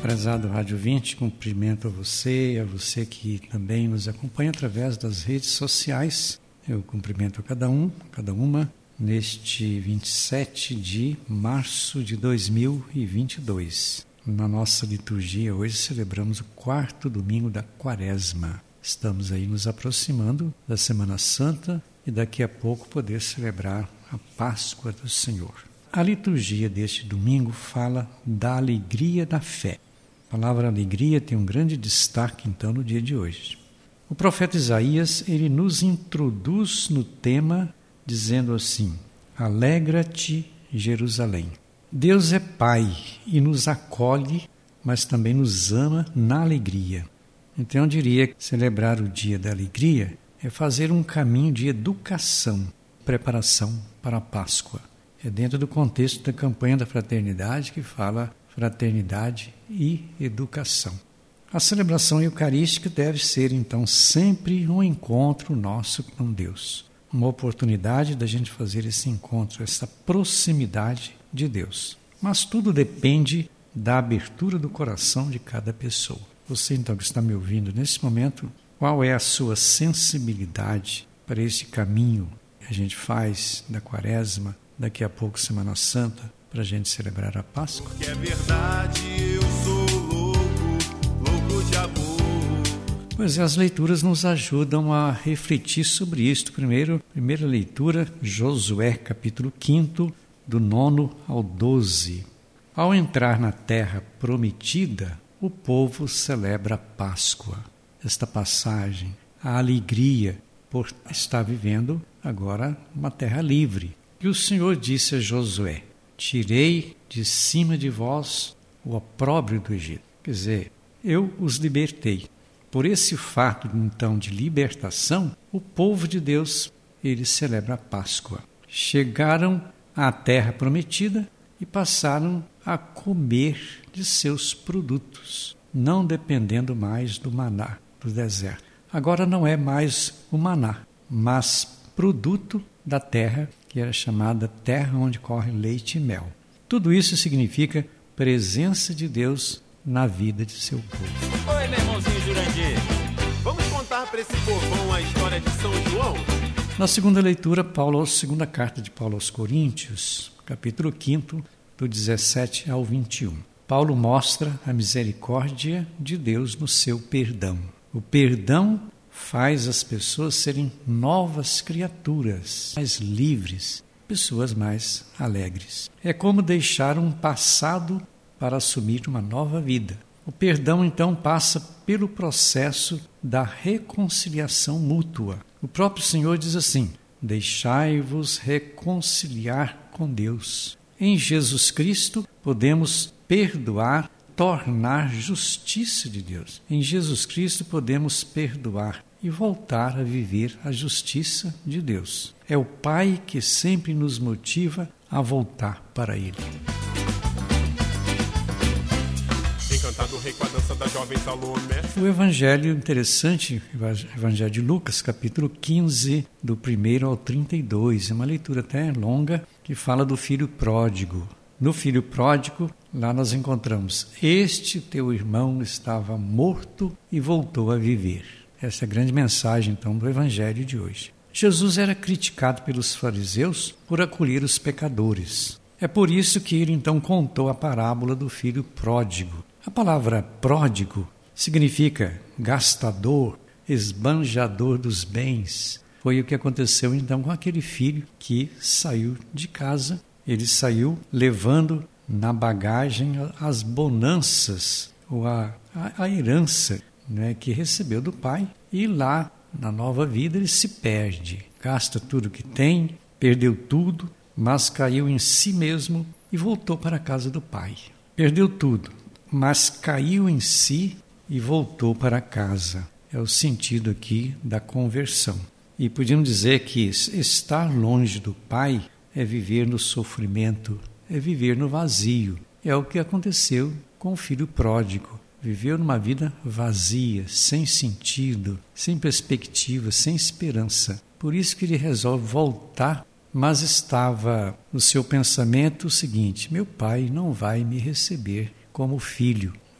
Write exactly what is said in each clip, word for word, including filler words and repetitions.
Prezado Rádio vinte, cumprimento a você, a você que também nos acompanha através das redes sociais. Eu cumprimento a cada um, cada uma, neste vinte e sete de março de dois mil e vinte e dois. Na nossa liturgia hoje celebramos o quarto domingo da Quaresma. Estamos aí nos aproximando da Semana Santa e daqui a pouco poder celebrar a Páscoa do Senhor. A liturgia deste domingo fala da alegria da fé. A palavra alegria tem um grande destaque, então, no dia de hoje. O profeta Isaías, ele nos introduz no tema dizendo assim: alegra-te, Jerusalém. Deus é Pai e nos acolhe, mas também nos ama na alegria. Então eu diria que celebrar o dia da alegria é fazer um caminho de educação, preparação para a Páscoa. É dentro do contexto da campanha da fraternidade que fala fraternidade e educação. A celebração eucarística deve ser, então, sempre um encontro nosso com Deus. Uma oportunidade da gente fazer esse encontro, essa proximidade de Deus. Mas tudo depende da abertura do coração de cada pessoa. Você, então, que está me ouvindo nesse momento, qual é a sua sensibilidade para esse caminho que a gente faz da Quaresma, daqui a pouco Semana Santa, para a gente celebrar a Páscoa? Porque é verdade, eu sou louco, louco de amor. Pois é, as leituras nos ajudam a refletir sobre isto. Primeiro, primeira leitura, Josué, capítulo quinto, do nono ao doze. Ao entrar na terra prometida, o povo celebra a Páscoa. Esta passagem, a alegria por estar vivendo agora uma terra livre. E o Senhor disse a Josué: tirei de cima de vós o opróbrio do Egito. Quer dizer, eu os libertei. Por esse fato, então, de libertação, o povo de Deus, ele celebra a Páscoa. Chegaram à terra prometida e passaram a comer de seus produtos, não dependendo mais do maná do deserto. Agora não é mais o maná, mas produto da terra, que era chamada terra onde corre leite e mel. Tudo isso significa presença de Deus na vida de seu povo. Oi, meu irmãozinho Jurandir. Vamos contar para esse povão a história de São João? Na segunda leitura, Paulo, segunda carta de Paulo aos Coríntios, capítulo quinto, do dezessete ao vinte e um. Paulo mostra a misericórdia de Deus no seu perdão. O perdão faz as pessoas serem novas criaturas, mais livres, pessoas mais alegres. É como deixar um passado para assumir uma nova vida. O perdão, então, passa pelo processo da reconciliação mútua. O próprio Senhor diz assim: deixai-vos reconciliar com Deus. Em Jesus Cristo podemos perdoar, tornar justiça de Deus. Em Jesus Cristo podemos perdoar e voltar a viver a justiça de Deus. É o Pai que sempre nos motiva a voltar para Ele. Encantado rei com a dança da jovem Salomé. O Evangelho interessante, o Evangelho de Lucas, capítulo quinze, do primeiro ao trinta e dois. É uma leitura até longa que fala do filho pródigo. No filho pródigo, lá nós encontramos: este teu irmão estava morto e voltou a viver. Essa é a grande mensagem, então, do Evangelho de hoje. Jesus era criticado pelos fariseus por acolher os pecadores. É por isso que ele, então, contou a parábola do filho pródigo. A palavra pródigo significa gastador, esbanjador dos bens. Foi o que aconteceu, então, com aquele filho que saiu de casa. Ele saiu levando na bagagem as bonanças, ou a, a, a herança, né, que recebeu do pai, e lá na nova vida ele se perde, gasta tudo que tem, perdeu tudo, mas caiu em si mesmo e voltou para a casa do pai. Perdeu tudo, mas caiu em si e voltou para casa. É o sentido aqui da conversão. E podíamos dizer que estar longe do pai é viver no sofrimento, é viver no vazio. É o que aconteceu com o filho pródigo. Viveu numa vida vazia, sem sentido, sem perspectiva, sem esperança. Por isso que ele resolve voltar, mas estava no seu pensamento o seguinte: meu pai não vai me receber como filho.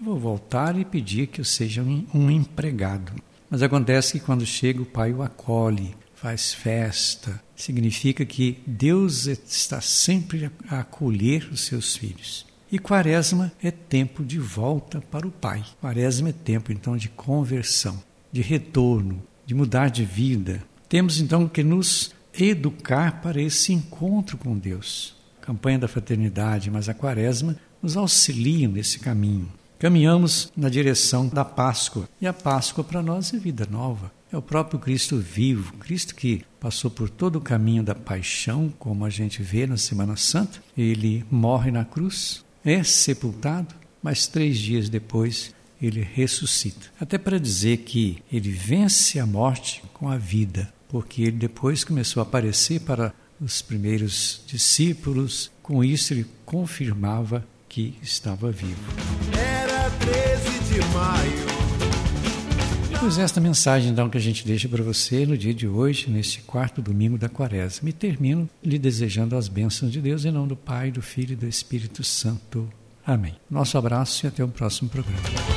vou voltar e pedir que eu seja um, um empregado. Mas acontece que quando chega o pai o acolhe, faz festa. Significa que Deus está sempre a acolher os seus filhos. E Quaresma é tempo de volta para o Pai. Quaresma é tempo, então, de conversão, de retorno, de mudar de vida. Temos, então, que nos educar para esse encontro com Deus. Campanha da Fraternidade, mas a Quaresma nos auxilia nesse caminho. Caminhamos na direção da Páscoa. E a Páscoa para nós é vida nova. É o próprio Cristo vivo, Cristo que passou por todo o caminho da paixão, como a gente vê na Semana Santa. Ele morre na cruz, é sepultado, mas três dias depois ele ressuscita. Até para dizer que ele vence a morte com a vida, porque ele depois começou a aparecer para os primeiros discípulos. Com isso ele confirmava que estava vivo. Era treze de maio. Pois esta mensagem, então, que a gente deixa para você no dia de hoje, neste quarto domingo da Quaresma. E termino lhe desejando as bênçãos de Deus, em nome do Pai, do Filho e do Espírito Santo. Amém. Nosso abraço e até o próximo programa.